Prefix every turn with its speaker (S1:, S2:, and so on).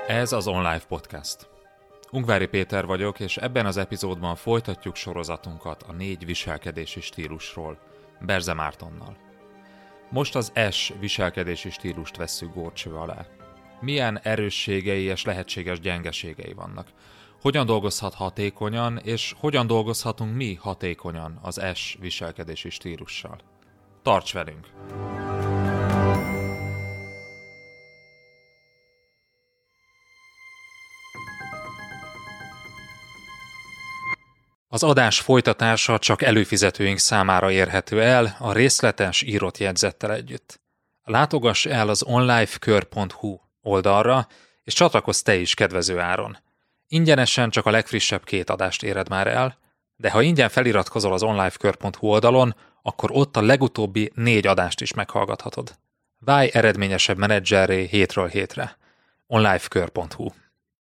S1: Ez az OnLive Podcast. Ungvári Péter vagyok, és ebben az epizódban folytatjuk sorozatunkat a 4 viselkedési stílusról, Berze Mártonnal. Most az S viselkedési stílust vesszük górcső alá. Milyen erősségei és lehetséges gyengeségei vannak? Hogyan dolgozhat hatékonyan, és hogyan dolgozhatunk mi hatékonyan az S viselkedési stílussal? Tarts velünk! Az adás folytatása csak előfizetőink számára érhető el a részletes írott jegyzettel együtt. Látogass el az onlifekör.hu oldalra, és csatlakozz te is kedvező áron. Ingyenesen csak a legfrissebb 2 adást éred már el, de ha ingyen feliratkozol az onlifekör.hu oldalon, akkor ott a legutóbbi 4 adást is meghallgathatod. Válj eredményesebb menedzserré hétről hétre. onlifekör.hu